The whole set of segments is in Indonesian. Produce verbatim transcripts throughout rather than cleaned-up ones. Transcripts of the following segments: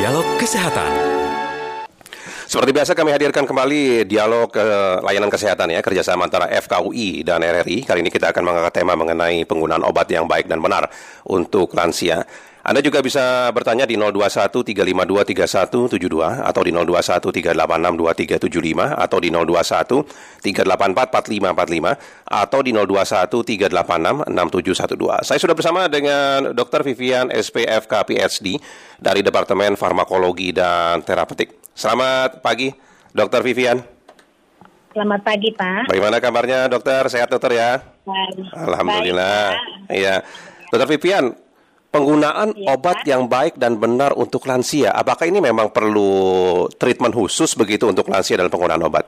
Dialog Kesehatan. Seperti biasa kami hadirkan kembali dialog uh, layanan kesehatan ya, kerjasama antara F K U I dan R R I. Kali ini kita akan mengangkat tema mengenai penggunaan obat yang baik dan benar untuk lansia. Anda juga bisa bertanya di nol dua satu tiga lima dua tiga satu tujuh dua atau di nol dua satu tiga delapan enam dua tiga tujuh lima atau di nol dua satu tiga delapan empat empat lima empat lima atau di nol dua satu tiga delapan enam enam tujuh satu dua. Saya sudah bersama dengan dokter Vivian S P F K P H D dari Departemen Farmakologi dan Terapeutik. Selamat pagi, dokter Vivian. Selamat pagi, Pak. Bagaimana kabarnya, dokter? Sehat, dokter ya? Baik. Alhamdulillah. Iya, dokter Vivian, penggunaan ya, obat Pak. yang baik dan benar untuk lansia, apakah ini memang perlu treatment khusus begitu untuk lansia dalam penggunaan obat?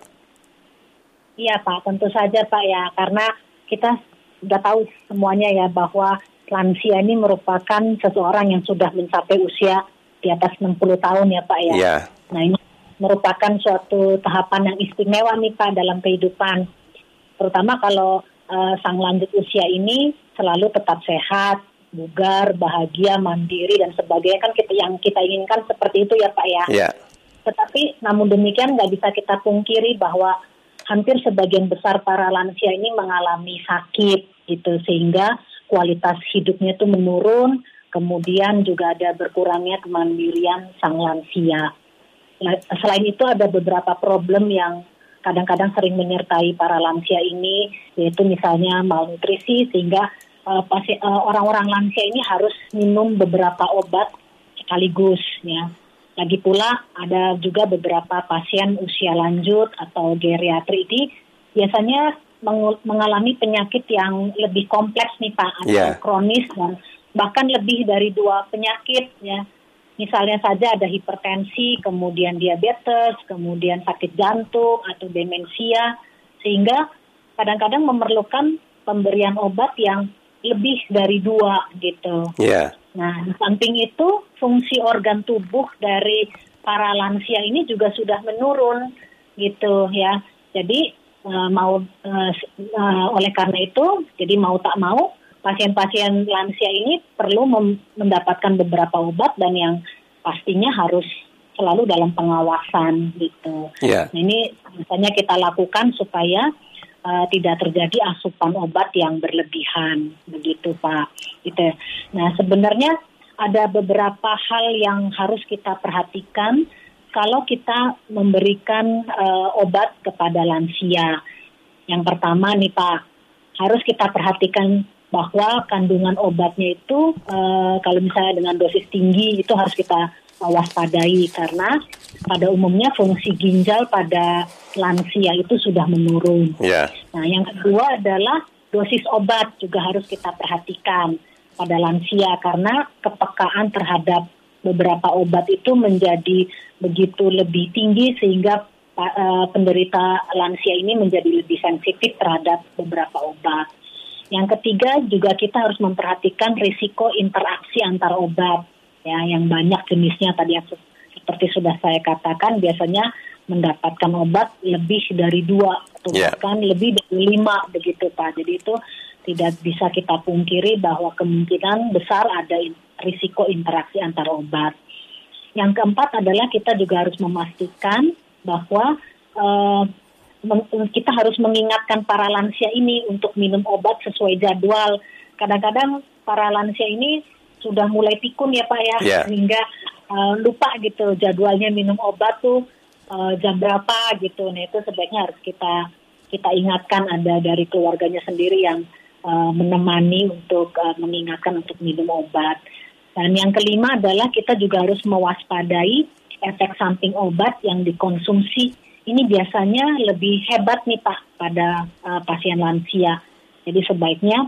Iya, Pak. Tentu saja, Pak, ya. Karena kita sudah tahu semuanya ya bahwa lansia ini merupakan seseorang yang sudah mencapai usia di atas enam puluh tahun ya, Pak, ya. Iya. Nah, ini merupakan suatu tahapan yang istimewa nih, Pak, dalam kehidupan. Terutama kalau uh, sang lanjut usia ini selalu tetap sehat, bugar, bahagia, mandiri, dan sebagainya. Kan kita, yang kita inginkan seperti itu ya, Pak, ya. Iya. Tetapi namun demikian nggak bisa kita pungkiri bahwa hampir sebagian besar para lansia ini mengalami sakit gitu, sehingga kualitas hidupnya itu menurun, kemudian juga ada berkurangnya kemandirian sang lansia. Selain itu ada beberapa problem yang kadang-kadang sering menyertai para lansia ini, yaitu misalnya malnutrisi, sehingga uh, pasi, uh, orang-orang lansia ini harus minum beberapa obat sekaligus ya. Lagi pula ada juga beberapa pasien usia lanjut atau geriatri ini biasanya meng- mengalami penyakit yang lebih kompleks nih, Pak, atau yeah. kronis dan bahkan lebih dari dua penyakit ya. Misalnya saja ada hipertensi, kemudian diabetes, kemudian sakit jantung atau demensia, sehingga kadang-kadang memerlukan pemberian obat yang lebih dari dua gitu. Yeah. Nah, di samping itu fungsi organ tubuh dari para lansia ini juga sudah menurun gitu ya. Jadi uh, mau uh, uh, oleh karena itu, jadi mau tak mau pasien-pasien lansia ini perlu mem- mendapatkan beberapa obat dan yang pastinya harus selalu dalam pengawasan gitu. Yeah. Nah, ini misalnya kita lakukan supaya uh, tidak terjadi asupan obat yang berlebihan begitu, Pak. Gitu. Nah, sebenarnya ada beberapa hal yang harus kita perhatikan kalau kita memberikan uh, obat kepada lansia. Yang pertama nih, Pak, harus kita perhatikan bahwa kandungan obatnya itu uh, kalau misalnya dengan dosis tinggi itu harus kita waspadai karena pada umumnya fungsi ginjal pada lansia itu sudah menurun. Yeah. Nah, yang kedua adalah dosis obat juga harus kita perhatikan pada lansia karena kepekaan terhadap beberapa obat itu menjadi begitu lebih tinggi sehingga uh, penderita lansia ini menjadi lebih sensitif terhadap beberapa obat. Yang ketiga juga kita harus memperhatikan risiko interaksi antar obat ya yang banyak jenisnya tadi yang seperti sudah saya katakan biasanya mendapatkan obat lebih dari dua atau yeah. bahkan lebih dari lima begitu, Pak. Jadi itu tidak bisa kita pungkiri bahwa kemungkinan besar ada in- risiko interaksi antar obat. Yang keempat adalah kita juga harus memastikan bahwa uh, kita harus mengingatkan para lansia ini untuk minum obat sesuai jadwal. Kadang-kadang para lansia ini sudah mulai pikun ya, Pak ya, yeah. sehingga uh, lupa gitu jadwalnya minum obat tuh uh, jam berapa gitu. Nah itu sebaiknya harus kita kita ingatkan, ada dari keluarganya sendiri yang uh, menemani untuk uh, mengingatkan untuk minum obat. Dan yang kelima adalah kita juga harus mewaspadai efek samping obat yang dikonsumsi. Ini biasanya lebih hebat nih, Pak, pada uh, pasien lansia. Jadi sebaiknya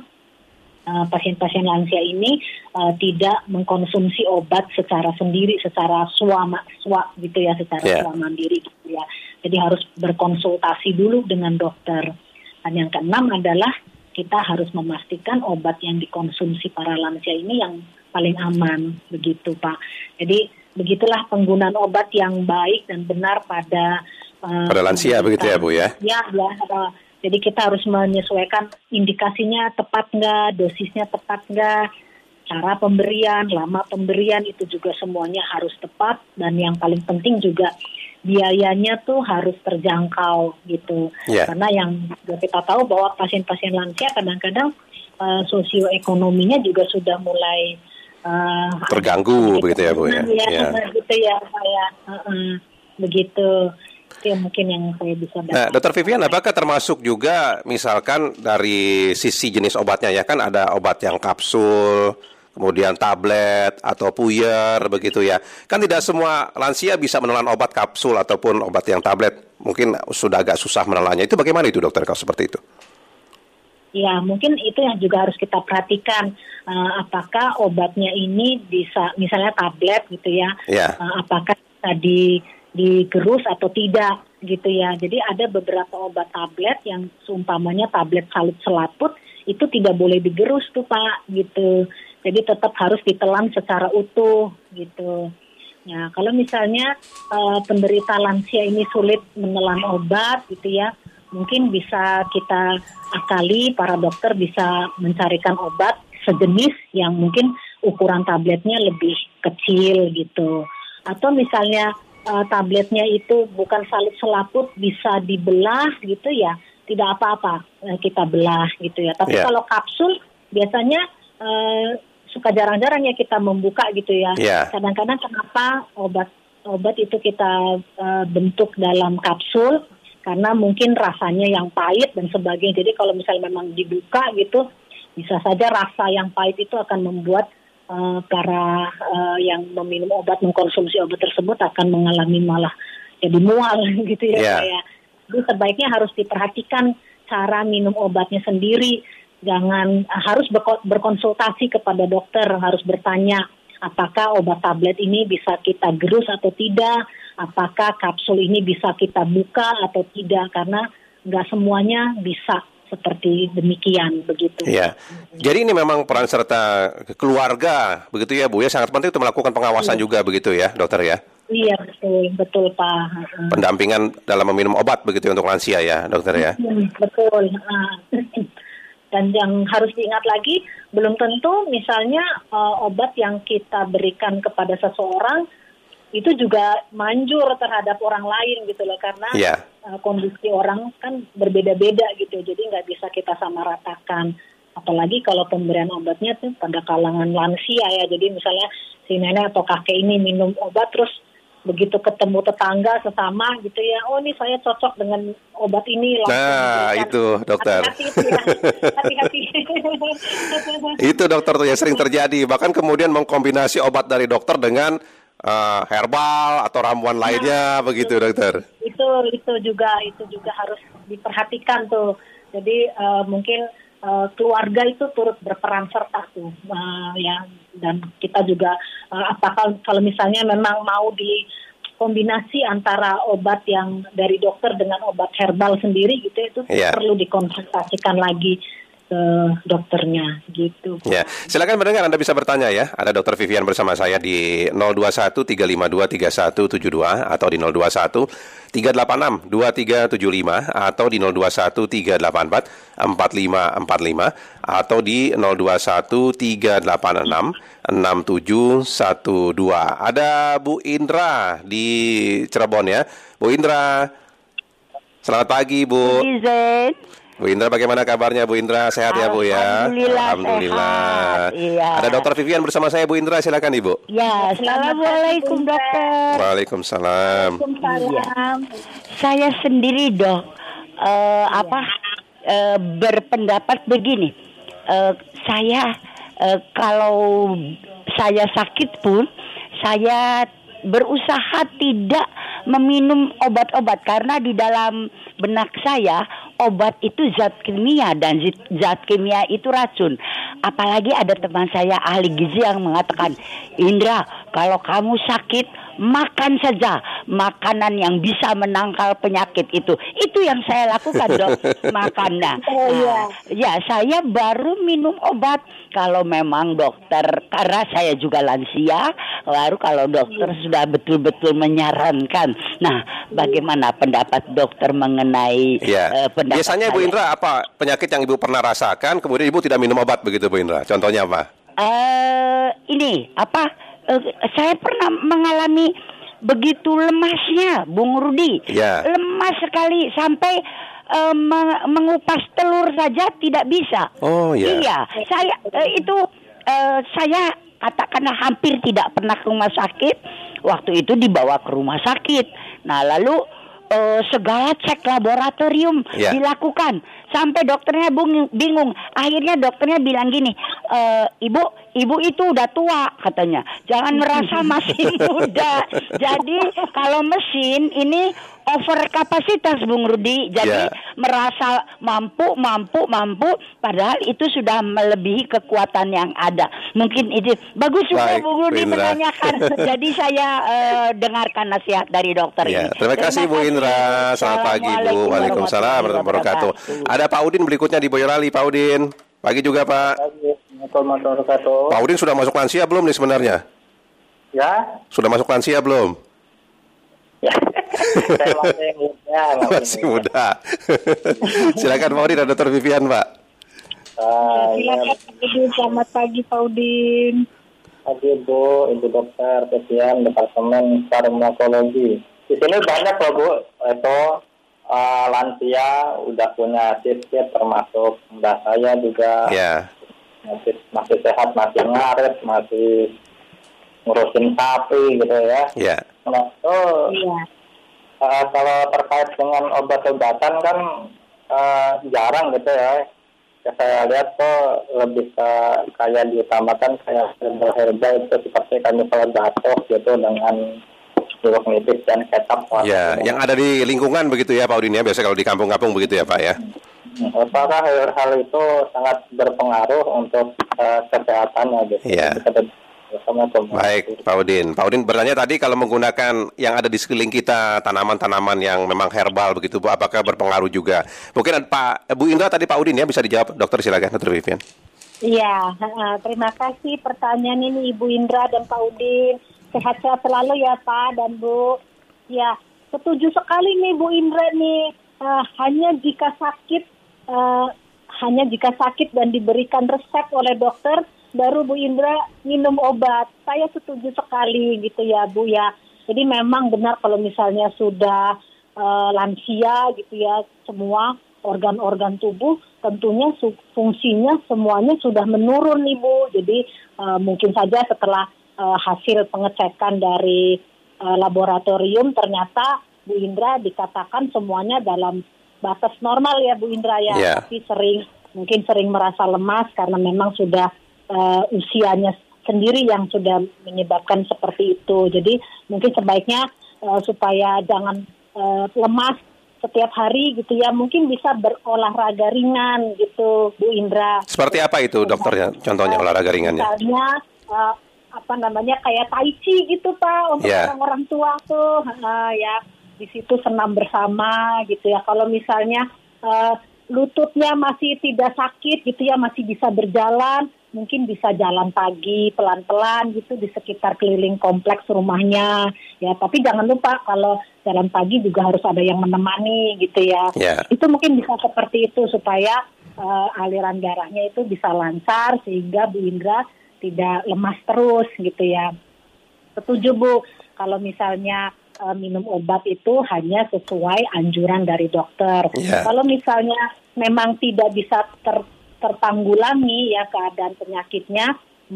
uh, pasien-pasien lansia ini uh, tidak mengkonsumsi obat secara sendiri, secara swama, swa gitu ya, secara yeah. swam mandiri gitu ya. Jadi harus berkonsultasi dulu dengan dokter. Dan yang keenam adalah kita harus memastikan obat yang dikonsumsi para lansia ini yang paling aman, begitu, Pak. Jadi begitulah penggunaan obat yang baik dan benar pada pada lansia begitu ya, Bu ya? Ya, ya. Uh, jadi kita harus menyesuaikan indikasinya tepat nggak, dosisnya tepat nggak, cara pemberian, lama pemberian itu juga semuanya harus tepat, dan yang paling penting juga biayanya tuh harus terjangkau gitu. Yeah. Karena yang kita tahu bahwa pasien-pasien lansia kadang-kadang uh, sosioekonominya juga sudah mulai uh, terganggu begitu ya Bu ya. Ya, ya. Begitu ya, saya uh, uh, begitu. Itu yang mungkin yang saya bisa dapat. Nah, Dokter Vivian, apakah termasuk juga misalkan dari sisi jenis obatnya ya, kan ada obat yang kapsul, kemudian tablet atau puyer begitu ya. Kan tidak semua lansia bisa menelan obat kapsul ataupun obat yang tablet. Mungkin sudah agak susah menelannya. Itu bagaimana itu dokter kalau seperti itu? Ya, mungkin itu yang juga harus kita perhatikan. Uh, apakah obatnya ini bisa, misalnya tablet gitu ya, yeah. uh, apakah bisa di digerus atau tidak gitu ya. Jadi ada beberapa obat tablet yang seumpamanya tablet salut selaput itu tidak boleh digerus tuh Pak gitu. Jadi tetap harus ditelan secara utuh gitu. Ya, kalau misalnya uh, penderita lansia ini sulit menelan obat gitu ya, mungkin bisa kita akali, para dokter bisa mencarikan obat sejenis yang mungkin ukuran tabletnya lebih kecil gitu. Atau misalnya Uh, tabletnya itu bukan salut selaput, bisa dibelah gitu ya, tidak apa-apa uh, kita belah gitu ya. Tapi yeah. kalau kapsul biasanya uh, suka jarang-jarang ya kita membuka gitu ya. Yeah. Kadang-kadang kenapa obat-obat itu kita uh, bentuk dalam kapsul, karena mungkin rasanya yang pahit dan sebagainya. Jadi kalau misalnya memang dibuka gitu, bisa saja rasa yang pahit itu akan membuat Uh, para uh, yang meminum obat, mengkonsumsi obat tersebut akan mengalami malah jadi mual gitu ya. Yeah. Kayak. Jadi sebaiknya harus diperhatikan cara minum obatnya sendiri. Jangan uh, harus berko- berkonsultasi kepada dokter, harus bertanya apakah obat tablet ini bisa kita gerus atau tidak, apakah kapsul ini bisa kita buka atau tidak, karena nggak semuanya bisa seperti demikian begitu. Ya. Jadi ini memang peran serta keluarga begitu ya Bu ya, sangat penting untuk melakukan pengawasan ya. Juga begitu ya dokter ya. Iya betul betul Pak. Pendampingan dalam meminum obat begitu untuk lansia ya dokter ya. Betul. Dan yang harus diingat lagi, belum tentu misalnya uh, obat yang kita berikan kepada seseorang itu juga manjur terhadap orang lain gitu loh, karena yeah. uh, kondisi orang kan berbeda-beda gitu, jadi nggak bisa kita samaratakan. Apalagi kalau pemberian obatnya tuh pada kalangan lansia ya, jadi misalnya si nenek atau kakek ini minum obat terus begitu ketemu tetangga sesama gitu ya, oh ini saya cocok dengan obat ini. Nah diberikan. Itu dokter. Hati-hati itu ya. Hati-hati. Itu dokter tuh yang sering terjadi, bahkan kemudian mengkombinasi obat dari dokter dengan Uh, herbal atau ramuan lainnya nah, begitu dokter. Itu itu juga itu juga harus diperhatikan tuh. Jadi uh, mungkin uh, keluarga itu turut berperan serta tuh uh, ya, dan kita juga uh, apakah kalau misalnya memang mau di kombinasi antara obat yang dari dokter dengan obat herbal sendiri gitu, itu yeah. perlu dikonsultasikan lagi ke dokternya gitu. Ya, silakan mendengar, Anda bisa bertanya ya. Ada Dokter Vivian bersama saya di nol dua satu tiga lima dua tiga satu tujuh dua atau di nol dua satu tiga delapan enam dua tiga tujuh lima atau di nol dua satu tiga delapan empat empat lima empat lima atau di nol dua satu tiga delapan enam enam tujuh satu dua. Ada Bu Indra di Cirebon ya. Bu Indra, selamat pagi Bu. Bu Indra, bagaimana kabarnya Bu Indra? Sehat ya Bu ya? Alhamdulillah, Alhamdulillah. Sehat. Iya. Ada Dokter Vivian bersama saya Bu Indra, silakan Ibu. Ya, assalamualaikum dokter. Waalaikumsalam. Waalaikumsalam. Ya. Saya sendiri dok, uh, apa uh, berpendapat begini. Uh, saya uh, kalau saya sakit pun saya berusaha tidak meminum obat-obat karena di dalam benak saya obat itu zat kimia dan zat kimia itu racun. Apalagi ada teman saya ahli gizi yang mengatakan, Indra, kalau kamu sakit makan saja makanan yang bisa menangkal penyakit itu. Itu yang saya lakukan dok, makan. Nah, nah, ya saya baru minum obat kalau memang dokter, karena saya juga lansia, baru kalau dokter sudah betul-betul menyarankan. Nah, bagaimana pendapat dokter mengenai ya. uh, pendapat Biasanya saya? Bu Indra, apa penyakit yang Ibu pernah rasakan kemudian Ibu tidak minum obat begitu Bu Indra? Contohnya apa? uh, ini apa? Uh, saya pernah mengalami begitu lemasnya, Bung Rudi, yeah. lemas sekali sampai uh, meng- mengupas telur saja tidak bisa. Oh yeah. Iya, saya uh, itu uh, saya katakanlah hampir tidak pernah ke rumah sakit. Waktu itu dibawa ke rumah sakit. Nah lalu uh, segala cek laboratorium yeah. dilakukan sampai dokternya bingung. Akhirnya dokternya bilang gini, e, ibu, ibu itu udah tua katanya. Jangan merasa masih muda. Jadi kalau mesin ini over kapasitas, Bung Rudi. Jadi yeah. merasa mampu, mampu, mampu. Padahal itu sudah melebihi kekuatan yang ada. Mungkin itu bagus juga Bung Rudi menanyakan. Jadi saya uh, dengarkan nasihat dari dokter yeah. ini. Terima kasih Bu Indra. Selamat pagi Bu. Waalaikumsalam warahmatullahi wabarakatuh. Ada Pak Udin berikutnya di Boyolali. Pak Udin, pagi juga Pak. Pak Udin sudah masuk lansia belum nih sebenarnya? Ya. Sudah masuk lansia belum? Ya. Saya masih muda. Masih muda. Silakan Pak Udin, ada Dokter Vivian Pak. Uh, Silakan Pak Udin, selamat pagi Pak Udin. Pagi Bu, Ibu Dokter Vivian, Departemen Farmakologi. Di sini banyak loh Bu, itu uh, lansia udah punya sip-sip, termasuk mbak saya juga yeah. masih, masih sehat, masih ngaret, masih ngurusin sapi gitu ya. Yeah. Nah, itu yeah. uh, kalau terkait dengan obat-obatan kan uh, jarang gitu ya. Ya, saya lihat tuh lebih ke kayak diutamakan kayak herbal-herbal itu seperti kami kalau batuk gitu dengan jeruk nipis dan kecap. Ya, yang ada di lingkungan begitu ya Pak Udin ya, biasa kalau di kampung-kampung begitu ya Pak ya. Apakah hal itu sangat berpengaruh untuk uh, kesehatannya gitu? Ya. Baik Pak Udin. Pak Udin bertanya tadi kalau menggunakan yang ada di sekeliling kita tanaman-tanaman yang memang herbal begitu Bu, apakah berpengaruh juga? Mungkin Pak Bu Indra tadi Pak Udin ya bisa dijawab. Dokter silakan Dokter Vivian. Iya, uh, terima kasih pertanyaan ini Ibu Indra dan Pak Udin. Sehat-sehat selalu ya Pak dan Bu. Ya, setuju sekali nih Bu Indra nih. Uh, hanya jika sakit, uh, hanya jika sakit dan diberikan resep oleh dokter, baru Bu Indra minum obat. Saya setuju sekali gitu ya Bu ya. Jadi memang benar kalau misalnya sudah uh, lansia gitu ya, semua organ-organ tubuh tentunya su- fungsinya semuanya sudah menurun nih Bu. Jadi uh, mungkin saja setelah Uh, hasil pengecekan dari uh, laboratorium ternyata Bu Indra dikatakan semuanya dalam batas normal ya Bu Indra ya, yeah. tapi sering mungkin sering merasa lemas karena memang sudah uh, usianya sendiri yang sudah menyebabkan seperti itu. Jadi mungkin sebaiknya uh, supaya jangan uh, lemas setiap hari gitu ya, mungkin bisa berolahraga ringan gitu Bu Indra. Seperti apa itu dokternya? Contohnya uh, olahraga ringannya? Misalnya uh, apa namanya kayak tai chi gitu Pak untuk yeah. orang-orang tua tuh uh, ya di situ senam bersama gitu ya. Kalau misalnya uh, lututnya masih tidak sakit gitu ya, masih bisa berjalan, mungkin bisa jalan pagi pelan-pelan gitu di sekitar keliling kompleks rumahnya ya. Tapi jangan lupa kalau jalan pagi juga harus ada yang menemani gitu ya. Yeah. Itu mungkin bisa seperti itu supaya uh, aliran darahnya itu bisa lancar sehingga Bu Indra tidak lemas terus gitu ya. Setuju Bu, kalau misalnya uh, minum obat itu hanya sesuai anjuran dari dokter. Yeah. Kalau misalnya memang tidak bisa ter, tertanggulangi ya keadaan penyakitnya,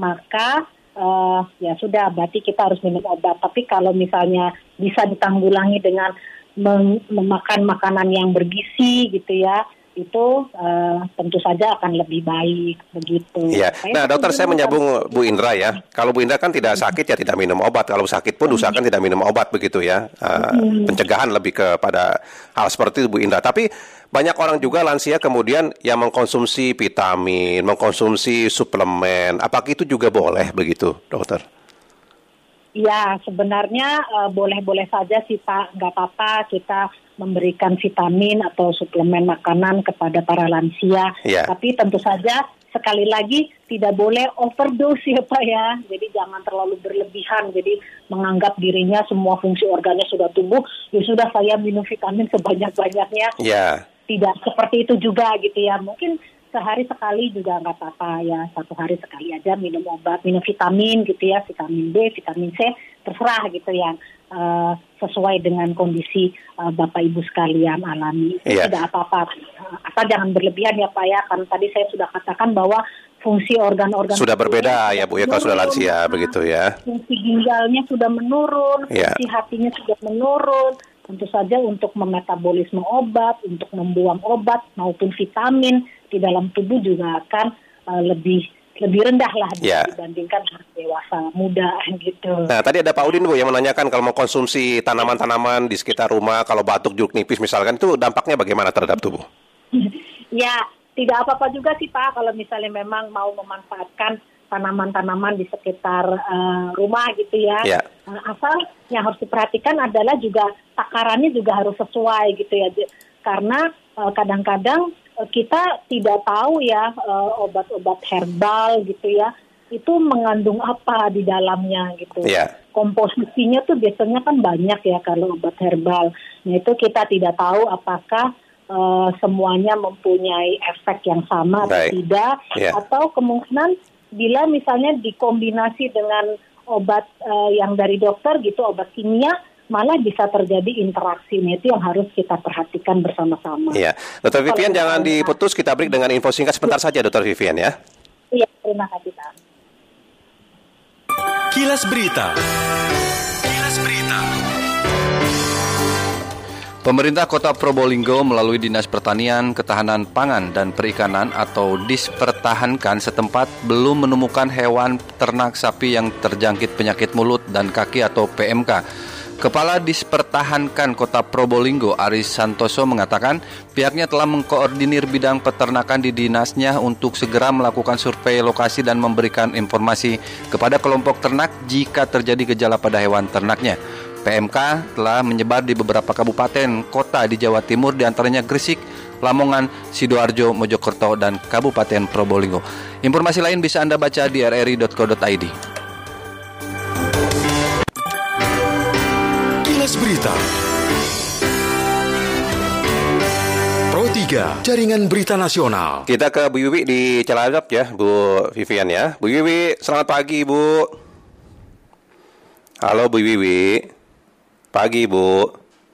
maka uh, ya sudah berarti kita harus minum obat. Tapi kalau misalnya bisa ditanggulangi dengan mem- memakan makanan yang bergizi gitu ya, itu uh, tentu saja akan lebih baik begitu. Iya. Nah, dokter saya menyambung Bu Indra ya. Kalau Bu Indra kan tidak sakit ya tidak minum obat. Kalau sakit pun usahakan tidak minum obat begitu ya. Uh, hmm. Pencegahan lebih kepada hal seperti itu Bu Indra. Tapi banyak orang juga lansia kemudian yang mengkonsumsi vitamin, mengkonsumsi suplemen. Apakah itu juga boleh begitu, dokter? Ya, sebenarnya uh, boleh-boleh saja sih Pak, nggak apa-apa kita memberikan vitamin atau suplemen makanan kepada para lansia. Yeah. Tapi tentu saja sekali lagi tidak boleh overdose ya Pak ya. Jadi jangan terlalu berlebihan. Jadi menganggap dirinya semua fungsi organnya sudah tumbuh, ya sudah saya minum vitamin sebanyak-banyaknya. Yeah. Tidak seperti itu juga gitu ya. Mungkin sehari sekali juga nggak apa-apa ya, satu hari sekali aja minum obat, minum vitamin gitu ya, vitamin B, vitamin C, terserah gitu ya, uh, sesuai dengan kondisi uh, Bapak Ibu sekalian alami. Yeah. Tidak apa-apa, asal jangan berlebihan ya Pak ya, kan tadi saya sudah katakan bahwa fungsi organ-organ sudah berbeda ya Bu ya, kalau sudah lansia begitu ya. Fungsi ginjalnya sudah menurun, Yeah. fungsi hatinya sudah menurun. Tentu saja untuk memetabolisme obat, untuk membuang obat maupun vitamin di dalam tubuh juga akan uh, lebih lebih rendah lah yeah. dibandingkan dewasa muda gitu. Nah, tadi ada Pak Udin Bu yang menanyakan kalau mau konsumsi tanaman-tanaman di sekitar rumah, kalau batuk, jeruk nipis misalkan, itu dampaknya bagaimana terhadap tubuh? Ya, tidak apa-apa juga sih Pak kalau misalnya memang mau memanfaatkan tanaman-tanaman di sekitar uh, rumah gitu ya. Yeah. Uh, asal yang harus diperhatikan adalah juga takarannya juga harus sesuai gitu ya. Karena uh, kadang-kadang uh, kita tidak tahu ya uh, obat-obat herbal gitu ya, itu mengandung apa di dalamnya gitu. Yeah. Komposisinya tuh biasanya kan banyak ya kalau obat herbal. Nah itu kita tidak tahu apakah uh, semuanya mempunyai efek yang sama atau tidak. Yeah. Atau kemungkinan bila misalnya dikombinasi dengan obat uh, yang dari dokter gitu, obat kimia, malah bisa terjadi interaksi. Nah, itu yang harus kita perhatikan bersama-sama. Iya, Dokter Vivian kalau jangan diputus, kita break dengan info singkat sebentar ya. saja Dokter Vivian ya. Iya, terima kasih Pak. Kilas Berita. Kilas Berita. Pemerintah Kota Probolinggo melalui Dinas Pertanian, Ketahanan Pangan dan Perikanan atau Dispertahankan setempat belum menemukan hewan ternak sapi yang terjangkit penyakit mulut dan kaki atau P M K. Kepala Dispertahankan Kota Probolinggo, Aris Santoso mengatakan pihaknya telah mengkoordinir bidang peternakan di dinasnya untuk segera melakukan survei lokasi dan memberikan informasi kepada kelompok ternak jika terjadi gejala pada hewan ternaknya. P M K telah menyebar di beberapa kabupaten kota di Jawa Timur, diantaranya Gresik, Lamongan, Sidoarjo, Mojokerto, dan Kabupaten Probolinggo. Informasi lain bisa Anda baca di r r i dot co dot i d. Kilas Berita. Pro tiga, Jaringan Berita Nasional. Kita ke Bu Wiwi di Cilacap ya, Bu Vivian ya. Bu Wiwi, selamat pagi Bu. Halo Bu Wiwi. Pagi Bu.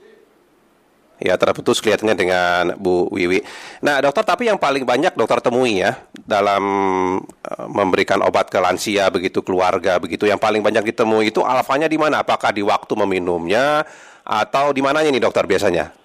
Ya, terputus kelihatannya dengan Bu Wiwi. Nah dokter, tapi yang paling banyak dokter temui ya dalam uh, memberikan obat ke lansia begitu, keluarga begitu, yang paling banyak ditemui itu alfanya di mana? Apakah di waktu meminumnya atau di mananya nih dokter biasanya?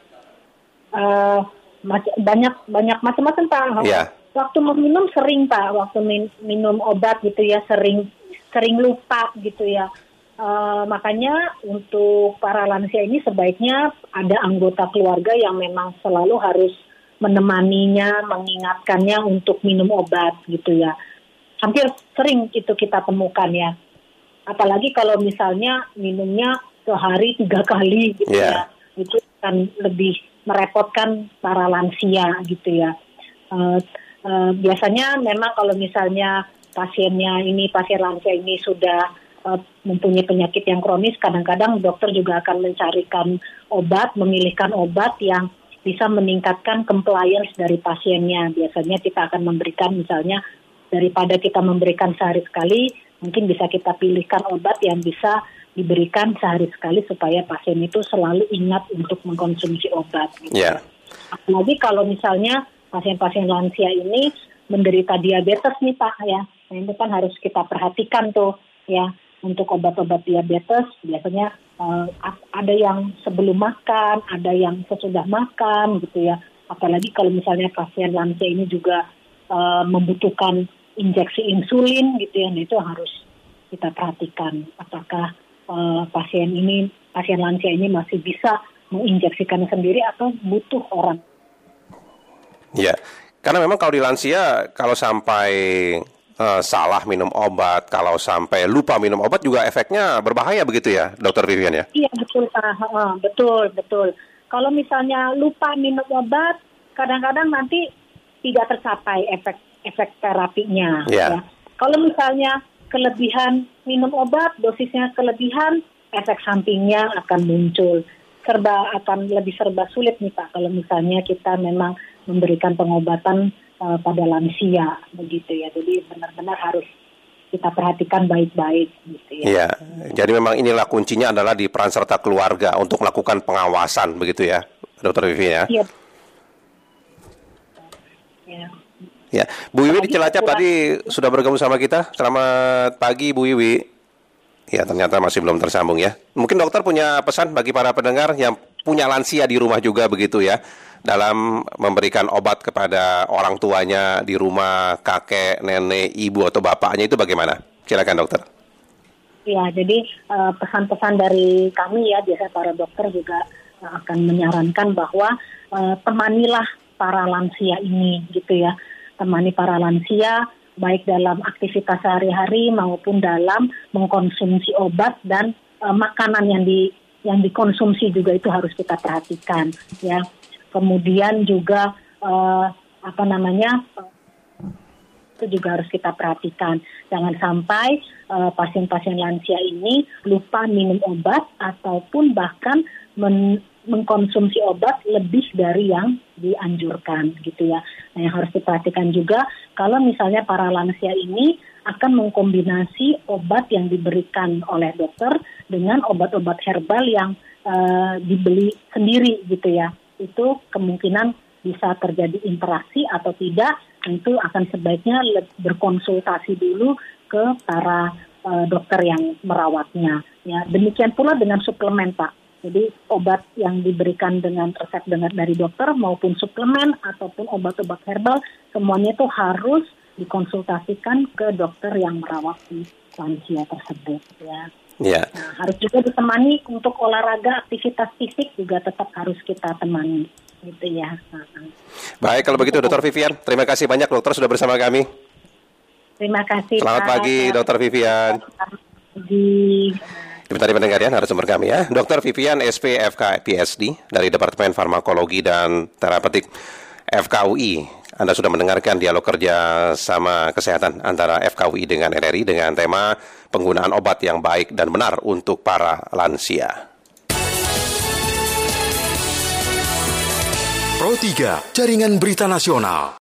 Uh, banyak banyak macam-macam Pak. Ya. Waktu meminum sering Pak, waktu min- minum obat gitu ya sering sering lupa gitu ya. Uh, makanya untuk para lansia ini sebaiknya ada anggota keluarga yang memang selalu harus menemaninya, mengingatkannya untuk minum obat gitu ya. Hampir sering itu kita temukan ya. Apalagi kalau misalnya minumnya sehari tiga kali gitu yeah. ya. Itu kan lebih merepotkan para lansia gitu ya. Uh, uh, biasanya memang kalau misalnya pasiennya ini, pasien lansia ini sudah mempunyai penyakit yang kronis, kadang-kadang dokter juga akan mencarikan obat, memilihkan obat yang bisa meningkatkan compliance dari pasiennya. Biasanya kita akan memberikan misalnya daripada kita memberikan sehari sekali, mungkin bisa kita pilihkan obat yang bisa diberikan sehari sekali supaya pasien itu selalu ingat untuk mengkonsumsi obat. Gitu. Yeah. Apalagi kalau misalnya pasien-pasien lansia ini menderita diabetes nih Pak ya, nah, itu kan harus kita perhatikan tuh ya. Untuk obat-obat diabetes biasanya uh, ada yang sebelum makan, ada yang sesudah makan gitu ya. Apalagi kalau misalnya pasien lansia ini juga uh, membutuhkan injeksi insulin gitu ya. Nah itu harus kita perhatikan apakah uh, pasien ini, pasien lansia ini masih bisa menginjeksikan sendiri atau butuh orang. Ya, karena memang kalau di lansia kalau sampai Uh, salah minum obat, kalau sampai lupa minum obat juga efeknya berbahaya begitu ya, Dokter Vivian ya? Iya betul Pak, uh, betul betul. Kalau misalnya lupa minum obat, kadang-kadang nanti tidak tercapai efek efek terapinya. Yeah. Ya. Kalau misalnya kelebihan minum obat, dosisnya kelebihan, efek sampingnya akan muncul. Serba akan lebih serba sulit nih Pak, kalau misalnya kita memang memberikan pengobatan uh, pada lansia begitu ya. Jadi benar-benar harus kita perhatikan baik-baik gitu ya. Iya. Jadi memang inilah kuncinya adalah di peran serta keluarga untuk melakukan pengawasan begitu ya, Dokter Vivi ya. Iya. Ya. Ya, Bu Wiwi di Cilacap tadi sudah bergabung sama kita. Selamat pagi Bu Wiwi. Ya, ternyata masih belum tersambung ya. Mungkin dokter punya pesan bagi para pendengar yang punya lansia di rumah juga begitu ya, dalam memberikan obat kepada orang tuanya di rumah, kakek, nenek, ibu atau bapaknya itu bagaimana? Silakan dokter. Ya, jadi uh, pesan-pesan dari kami ya, biasa para dokter juga uh, akan menyarankan bahwa uh, temanilah para lansia ini gitu ya. Temani para lansia baik dalam aktivitas sehari-hari maupun dalam mengkonsumsi obat dan uh, makanan yang di yang dikonsumsi juga itu harus kita perhatikan ya. Kemudian juga uh, apa namanya uh, itu juga harus kita perhatikan. Jangan sampai uh, pasien-pasien lansia ini lupa minum obat ataupun bahkan men- mengkonsumsi obat lebih dari yang dianjurkan gitu ya. Nah, yang harus diperhatikan juga kalau misalnya para lansia ini akan mengkombinasi obat yang diberikan oleh dokter dengan obat-obat herbal yang uh, dibeli sendiri gitu ya. Itu kemungkinan bisa terjadi interaksi atau tidak, tentu akan sebaiknya berkonsultasi dulu ke para uh, dokter yang merawatnya. Ya, demikian pula dengan suplemen, Pak. Jadi obat yang diberikan dengan resep dengan dari dokter maupun suplemen ataupun obat-obat herbal semuanya itu harus dikonsultasikan ke dokter yang merawat si lansia tersebut ya. Ya. Nah, harus juga ditemani untuk olahraga, aktivitas fisik juga tetap harus kita temani gitu ya. Nah, baik kalau begitu Dokter Vivian, terima kasih banyak dokter sudah bersama kami. Terima kasih. Selamat Pak. pagi Dokter Vivian. Di Tadi pendengar ya, narasumber kami ya, Dokter Vivian S P F K P S D dari Departemen Farmakologi dan Terapeutik F K U I. Anda sudah mendengarkan dialog kerja sama kesehatan antara F K U I dengan R R I dengan tema penggunaan obat yang baik dan benar untuk para lansia. Pro tiga, Jaringan Berita Nasional.